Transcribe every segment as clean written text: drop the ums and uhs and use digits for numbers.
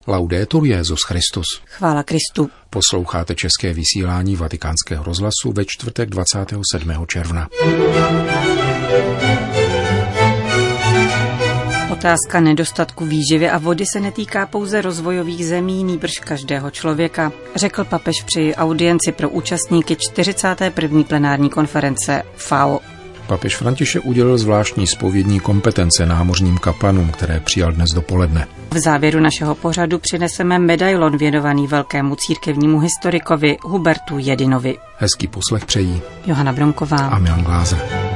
Laudetur Jesus Christus. Chvála Kristu. Posloucháte české vysílání Vatikánského rozhlasu ve čtvrtek 27. června. Otázka nedostatku výživy a vody se netýká pouze rozvojových zemí, nýbrž každého člověka, řekl papež při audienci pro účastníky 41. plenární konference FAO. Papež František udělil zvláštní zpovědní kompetence námořním kaplanům, které přijal dnes dopoledne. V závěru našeho pořadu přineseme medailon věnovaný velkému církevnímu historikovi Hubertu Jedinovi. Hezký poslech přejí Johana Bronková a Milan Glázer.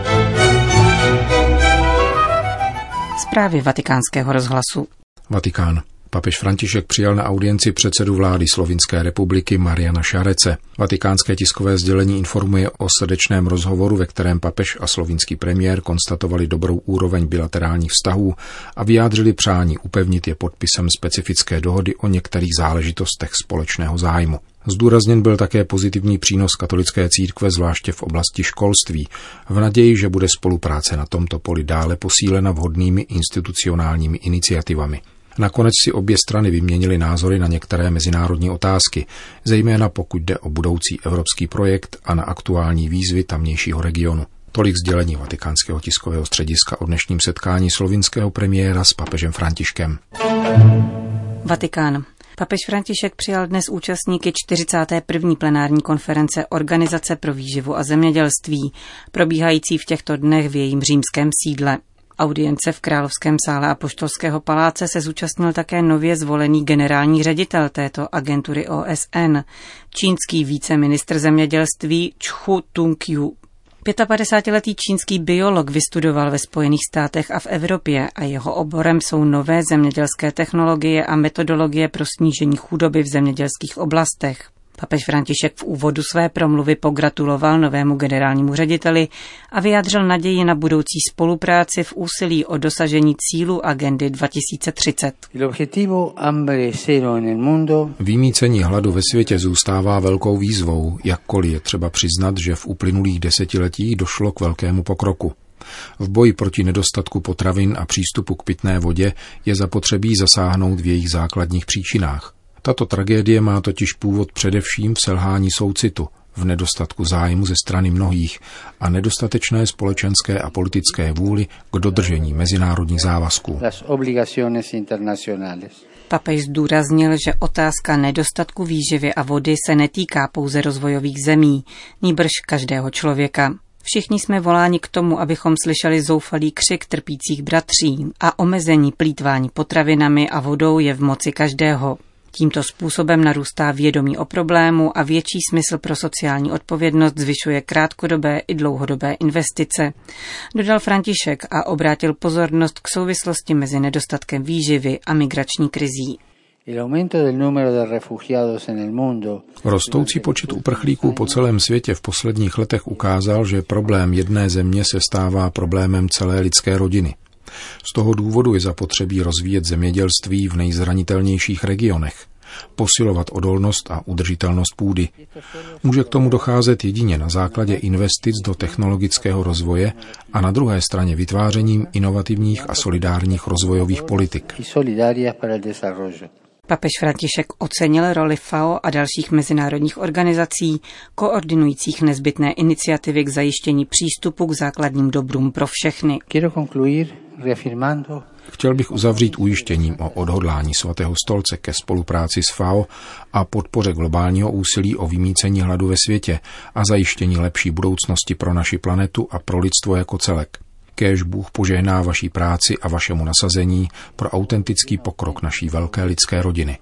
Zprávy Vatikánského rozhlasu. Vatikán. Papež František přijal na audienci předsedu vlády Slovinské republiky Mariana Šarece. Vatikánské tiskové sdělení informuje o srdečném rozhovoru, ve kterém papež a slovinský premiér konstatovali dobrou úroveň bilaterálních vztahů a vyjádřili přání upevnit je podpisem specifické dohody o některých záležitostech společného zájmu. Zdůrazněn byl také pozitivní přínos katolické církve, zvláště v oblasti školství, v naději, že bude spolupráce na tomto poli dále posílena vhodnými institucionálními iniciativami. Nakonec si obě strany vyměnily názory na některé mezinárodní otázky, zejména pokud jde o budoucí evropský projekt a na aktuální výzvy tamnějšího regionu. Tolik sdělení Vatikánského tiskového střediska o dnešním setkání slovinského premiéra s papežem Františkem. Vatikán. Papež František přijal dnes účastníky 41. plenární konference Organizace pro výživu a zemědělství, probíhající v těchto dnech v jejím římském sídle. Audience v Královském sále Apoštolského paláce se zúčastnil také nově zvolený generální ředitel této agentury OSN, čínský viceministr zemědělství Čchu Tung-ju. 55letý čínský biolog vystudoval ve Spojených státech a v Evropě a jeho oborem jsou nové zemědělské technologie a metodologie pro snížení chudoby v zemědělských oblastech. Papež František v úvodu své promluvy pogratuloval novému generálnímu řediteli a vyjádřil naději na budoucí spolupráci v úsilí o dosažení cílu agendy 2030. Vymýcení hladu ve světě zůstává velkou výzvou, jakkoliv je třeba přiznat, že v uplynulých desetiletích došlo k velkému pokroku. V boji proti nedostatku potravin a přístupu k pitné vodě je zapotřebí zasáhnout v jejich základních příčinách. Tato tragédie má totiž původ především v selhání soucitu, v nedostatku zájmu ze strany mnohých a nedostatečné společenské a politické vůli k dodržení mezinárodních závazků. Papež zdůraznil, že otázka nedostatku výživy a vody se netýká pouze rozvojových zemí, nýbrž každého člověka. Všichni jsme voláni k tomu, abychom slyšeli zoufalý křik trpících bratří a omezení plýtvání potravinami a vodou je v moci každého. Tímto způsobem narůstá vědomí o problému a větší smysl pro sociální odpovědnost zvyšuje krátkodobé i dlouhodobé investice, dodal František a obrátil pozornost k souvislosti mezi nedostatkem výživy a migrační krizí. Rostoucí počet uprchlíků po celém světě v posledních letech ukázal, že problém jedné země se stává problémem celé lidské rodiny. Z toho důvodu je zapotřebí rozvíjet zemědělství v nejzranitelnějších regionech, posilovat odolnost a udržitelnost půdy. Může k tomu docházet jedině na základě investic do technologického rozvoje a na druhé straně vytvářením inovativních a solidárních rozvojových politik. Papež František ocenil roli FAO a dalších mezinárodních organizací, koordinujících nezbytné iniciativy k zajištění přístupu k základním dobrům pro všechny. Chtěl bych uzavřít ujištěním o odhodlání Svatého stolce ke spolupráci s FAO a podpoře globálního úsilí o vymýcení hladu ve světě a zajištění lepší budoucnosti pro naši planetu a pro lidstvo jako celek. Kéž Bůh požehná vaší práci a vašemu nasazení pro autentický pokrok naší velké lidské rodiny.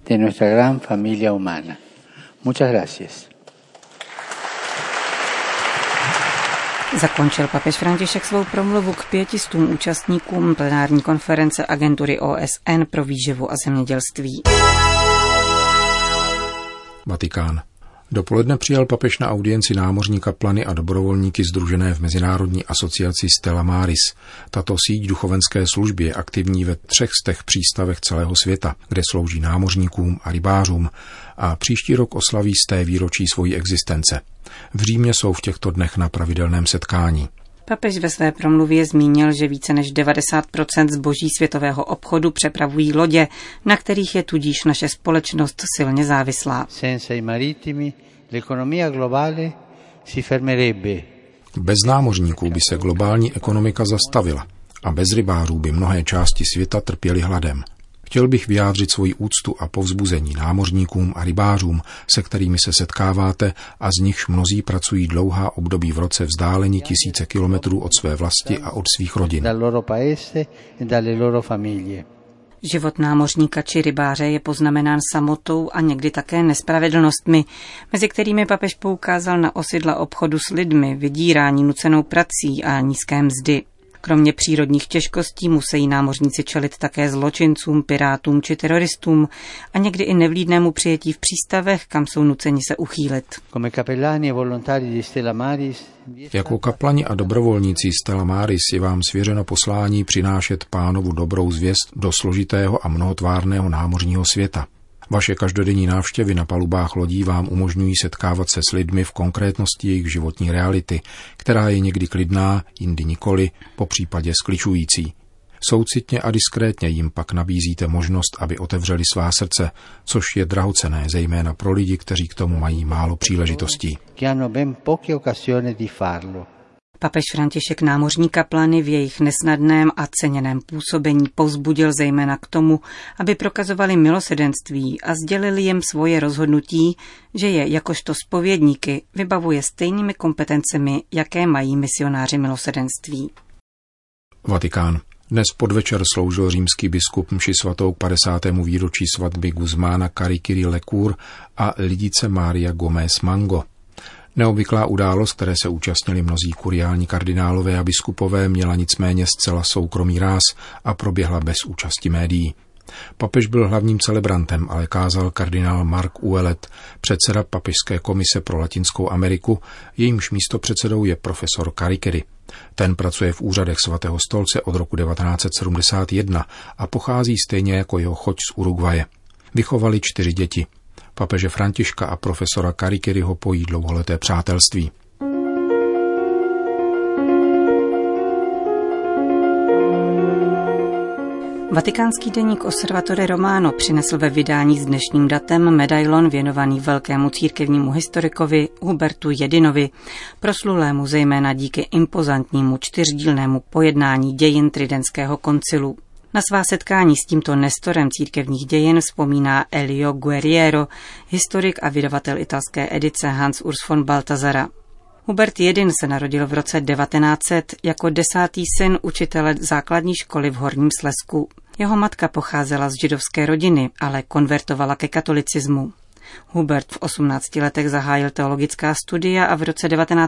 Zakončil papež František svou promluvu k 500 účastníkům plenární konference agentury OSN pro výživu a zemědělství. Vatikán. Dopoledne přijal papež na audienci námořní kaplany a dobrovolníky sdružené v Mezinárodní asociaci Stella Maris. Tato síť duchovenské služby je aktivní ve 300 přístavech celého světa, kde slouží námořníkům a rybářům a příští rok oslaví 100. výročí svojí existence. V Římě jsou v těchto dnech na pravidelném setkání. Papež ve své promluvě zmínil, že více než 90% zboží světového obchodu přepravují lodě, na kterých je tudíž naše společnost silně závislá. Bez námořníků by se globální ekonomika zastavila a bez rybářů by mnohé části světa trpěly hladem. Chtěl bych vyjádřit svoji úctu a povzbuzení námořníkům a rybářům, se kterými se setkáváte a z nichž mnozí pracují dlouhá období v roce vzdáleni tisíce kilometrů od své vlasti a od svých rodin. Život námořníka či rybáře je poznamenán samotou a někdy také nespravedlnostmi, mezi kterými papež poukázal na osidla obchodu s lidmi, vydírání nucenou prací a nízké mzdy. Kromě přírodních těžkostí musí námořníci čelit také zločincům, pirátům či teroristům a někdy i nevlídnému přijetí v přístavech, kam jsou nuceni se uchýlit. Jako kaplani a dobrovolníci Stella Maris je vám svěřeno poslání přinášet Pánovu dobrou zvěst do složitého a mnohotvárného námořního světa. Vaše každodenní návštěvy na palubách lodí vám umožňují setkávat se s lidmi v konkrétnosti jejich životní reality, která je někdy klidná, jindy nikoli, popřípadě skličující. Soucitně a diskrétně jim pak nabízíte možnost, aby otevřeli svá srdce, což je drahocenné zejména pro lidi, kteří k tomu mají málo příležitostí. Papež František námořní kaplany v jejich nesnadném a ceněném působení povzbudil zejména k tomu, aby prokazovali milosrdenství a sdělili jim svoje rozhodnutí, že je jakožto zpovědníky vybavuje stejnými kompetencemi, jaké mají misionáři milosrdenství. Vatikán. Dnes podvečer sloužil římský biskup mši svatou k 50. výročí svatby Guzmána Cariciri Lecour a Lidice Maria Gomez Mango. Neobvyklá událost, které se účastnili mnozí kuriální kardinálové a biskupové, měla nicméně zcela soukromý ráz a proběhla bez účasti médií. Papež byl hlavním celebrantem, ale kázal kardinál Mark Ouellet, předseda Papežské komise pro Latinskou Ameriku, jejímž místopředsedou je profesor Cariciri. Ten pracuje v úřadech Svatého stolce od roku 1971 a pochází stejně jako jeho choť z Uruguaye. Vychovali 4 děti. Papeže Františka a profesora Cariciriho pojí dlouholeté přátelství. Vatikánský deník Osservatore Romano přinesl ve vydání s dnešním datem medailon věnovaný velkému církevnímu historikovi Hubertu Jedinovi, proslulému zejména díky impozantnímu 4dílnému pojednání dějin Tridentského koncilu. Na svá setkání s tímto nestorem církevních dějin vzpomíná Elio Guerriero, historik a vydavatel italské edice Hans Urs von Balthasara. Hubert Jedin se narodil v roce 1900 jako 10. syn učitele základní školy v Horním Slezsku. Jeho matka pocházela z židovské rodiny, ale konvertovala ke katolicismu. Hubert v 18 letech zahájil teologická studia a v roce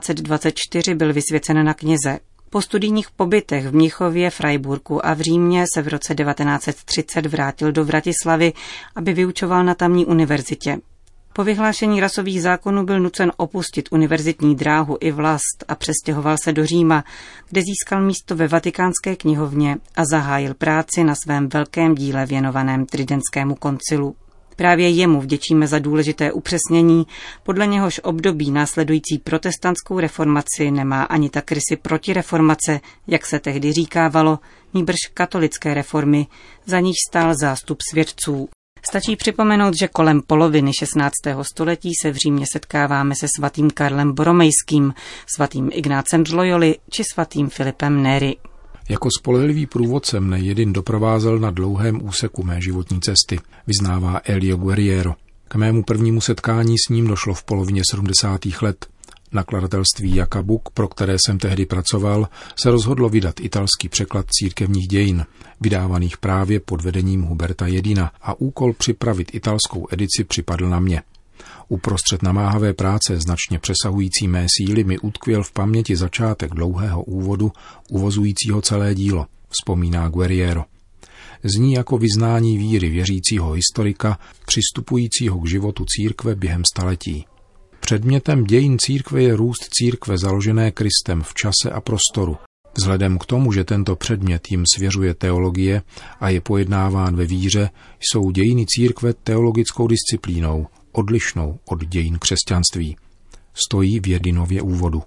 1924 byl vysvěcen na kněze. Po studijních pobytech v Mnichově, Freiburgu a v Římě se v roce 1930 vrátil do Vratislavy, aby vyučoval na tamní univerzitě. Po vyhlášení rasových zákonů byl nucen opustit univerzitní dráhu i vlast a přestěhoval se do Říma, kde získal místo ve Vatikánské knihovně a zahájil práci na svém velkém díle věnovaném Tridentskému koncilu. Právě jemu vděčíme za důležité upřesnění, podle něhož období následující protestantskou reformaci nemá ani tak rysy protireformace, jak se tehdy říkávalo, nýbrž katolické reformy, za níž stál zástup svědců. Stačí připomenout, že kolem poloviny 16. století se v Římě setkáváme se svatým Karlem Boromejským, svatým Ignácem z Loyoli či svatým Filipem Neri. Jako spolehlivý průvodce mne Jedin doprovázel na dlouhém úseku mé životní cesty, vyznává Elio Guerriero. K mému prvnímu setkání s ním došlo v polovině 70. let. Nakladatelství Jakabuk, pro které jsem tehdy pracoval, se rozhodlo vydat italský překlad církevních dějin, vydávaných právě pod vedením Huberta Jedina, a úkol připravit italskou edici připadl na mě. Uprostřed namáhavé práce, značně přesahující mé síly, mi utkvěl v paměti začátek dlouhého úvodu, uvozujícího celé dílo, vzpomíná Guerriero. Zní jako vyznání víry věřícího historika, přistupujícího k životu církve během staletí. Předmětem dějin církve je růst církve založené Kristem v čase a prostoru. Vzhledem k tomu, že tento předmět jim svěřuje teologie a je pojednáván ve víře, jsou dějiny církve teologickou disciplínou, odlišnou od dějin křesťanství. Stojí v Jedinově úvodu.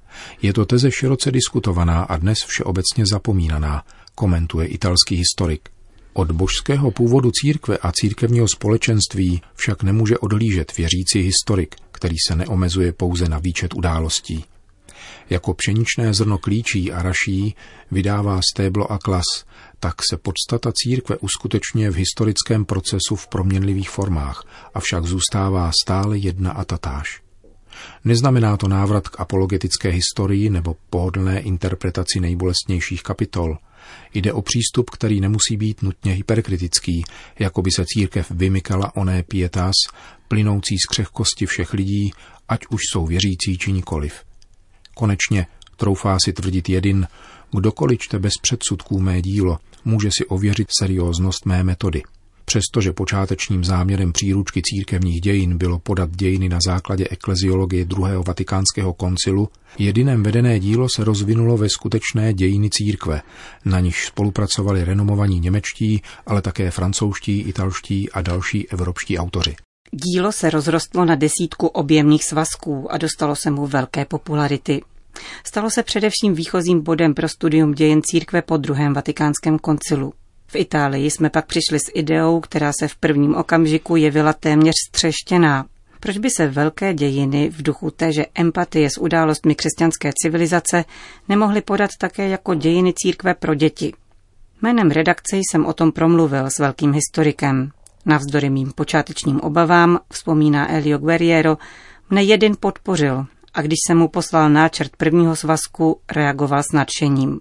Je to teze široce diskutovaná a dnes všeobecně zapomínaná, komentuje italský historik. Od božského původu církve a církevního společenství však nemůže odhlížet věřící historik, který se neomezuje pouze na výčet událostí. Jako pšeničné zrno klíčí a raší, vydává stéblo a klas, tak se podstata církve uskutečňuje v historickém procesu v proměnlivých formách, avšak zůstává stále jedna a tatáž. Neznamená to návrat k apologetické historii nebo pohodlné interpretaci nejbolestnějších kapitol. Jde o přístup, který nemusí být nutně hyperkritický, jako by se církev vymykala oné pietas, plynoucí z křehkosti všech lidí, ať už jsou věřící či nikoliv. Konečně troufá si tvrdit Jedin, kdokoliv čte bez předsudků mé dílo, může si ověřit serióznost mé metody. Přestože počátečním záměrem příručky církevních dějin bylo podat dějiny na základě ekleziologie druhého vatikánského koncilu, Jedinem vedené dílo se rozvinulo ve skutečné dějiny církve, na nichž spolupracovali renomovaní němečtí, ale také francouzští, italští a další evropští autoři. Dílo se rozrostlo na 10 objemných svazků a dostalo se mu velké popularity. Stalo se především výchozím bodem pro studium dějin církve po druhém vatikánském koncilu. V Itálii jsme pak přišli s ideou, která se v prvním okamžiku jevila téměř ztřeštěná. Proč by se velké dějiny v duchu téže empatie s událostmi křesťanské civilizace nemohly podat také jako dějiny církve pro děti? Jménem redakce jsem o tom promluvil s velkým historikem. Navzdory mým počátečním obavám, vzpomíná Elio Guerriero, mne Jedin podpořil a když jsem mu poslal náčrt prvního svazku, reagoval s nadšením.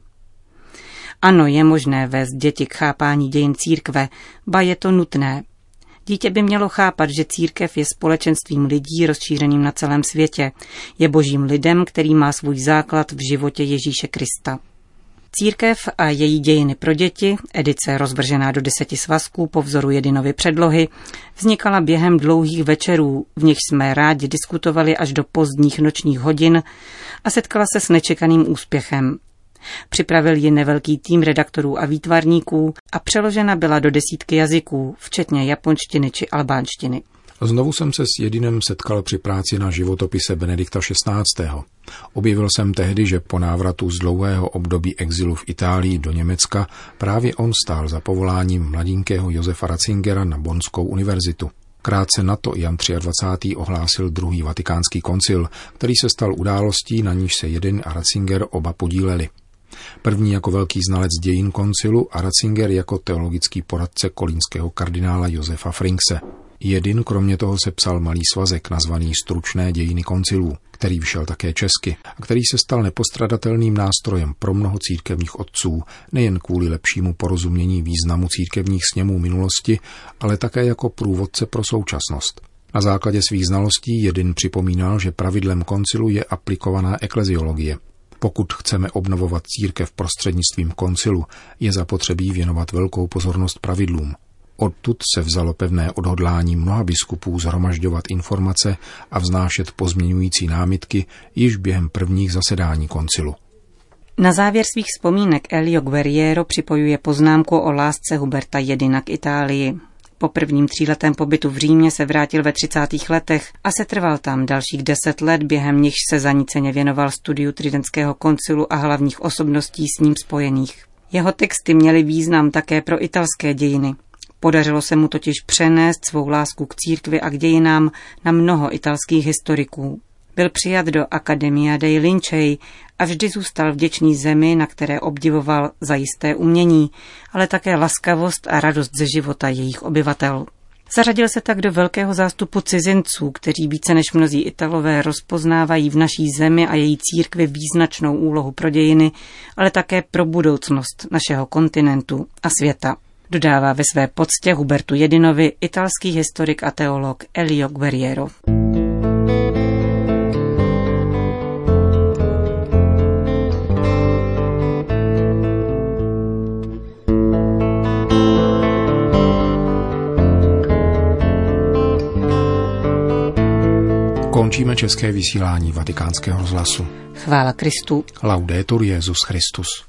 Ano, je možné vést děti k chápání dějin církve, ba je to nutné. Dítě by mělo chápat, že církev je společenstvím lidí rozšířeným na celém světě, je božím lidem, který má svůj základ v životě Ježíše Krista. Církev a její dějiny pro děti, edice rozvržená do 10 svazků po vzoru Jedinovy předlohy, vznikala během dlouhých večerů, v nichž jsme rádi diskutovali až do pozdních nočních hodin a setkala se s nečekaným úspěchem. Připravil ji nevelký tým redaktorů a výtvarníků a přeložena byla do 10 jazyků, včetně japonštiny či albánštiny. Znovu jsem se s Jedinem setkal při práci na životopise Benedikta XVI. Objevil jsem tehdy, že po návratu z dlouhého období exilu v Itálii do Německa právě on stál za povoláním mladinkého Josefa Ratzingera na Bonnskou univerzitu. Krátce na to Jan 23. ohlásil druhý vatikánský koncil, který se stal událostí, na níž se Jedin a Ratzinger oba podíleli. První jako velký znalec dějin koncilu a Ratzinger jako teologický poradce kolínského kardinála Josefa Frinkse. Jedin kromě toho sepsal malý svazek nazvaný Stručné dějiny koncilů, který vyšel také česky a který se stal nepostradatelným nástrojem pro mnoho církevních otců, nejen kvůli lepšímu porozumění významu církevních sněmů minulosti, ale také jako průvodce pro současnost. Na základě svých znalostí Jedin připomínal, že pravidlem koncilu je aplikovaná ekleziologie. Pokud chceme obnovovat církev prostřednictvím koncilu, je zapotřebí věnovat velkou pozornost pravidlům. Odtud se vzalo pevné odhodlání mnoha biskupů shromažďovat informace a vznášet pozměňující námitky již během prvních zasedání koncilu. Na závěr svých vzpomínek Elio Guerriero připojuje poznámku o lásce Huberta Jedina k Itálii. Po prvním 3letém pobytu v Římě se vrátil ve 30. letech a setrval tam dalších 10 let, během nichž se zaníceně věnoval studiu Tridentského koncilu a hlavních osobností s ním spojených. Jeho texty měly význam také pro italské dějiny. Podařilo se mu totiž přenést svou lásku k církvi a k dějinám na mnoho italských historiků. Byl přijat do Accademia dei Lincei a vždy zůstal vděčný zemi, na které obdivoval zajisté umění, ale také laskavost a radost ze života jejich obyvatel. Zařadil se tak do velkého zástupu cizinců, kteří více než mnozí Italové rozpoznávají v naší zemi a její církvi význačnou úlohu pro dějiny, ale také pro budoucnost našeho kontinentu a světa. Dodává ve své poctě Hubertu Jedinovi italský historik a teolog Elio Guerriero. Končíme české vysílání Vatikánského rozhlasu. Chvála Kristu. Laudetur Jesus Christus.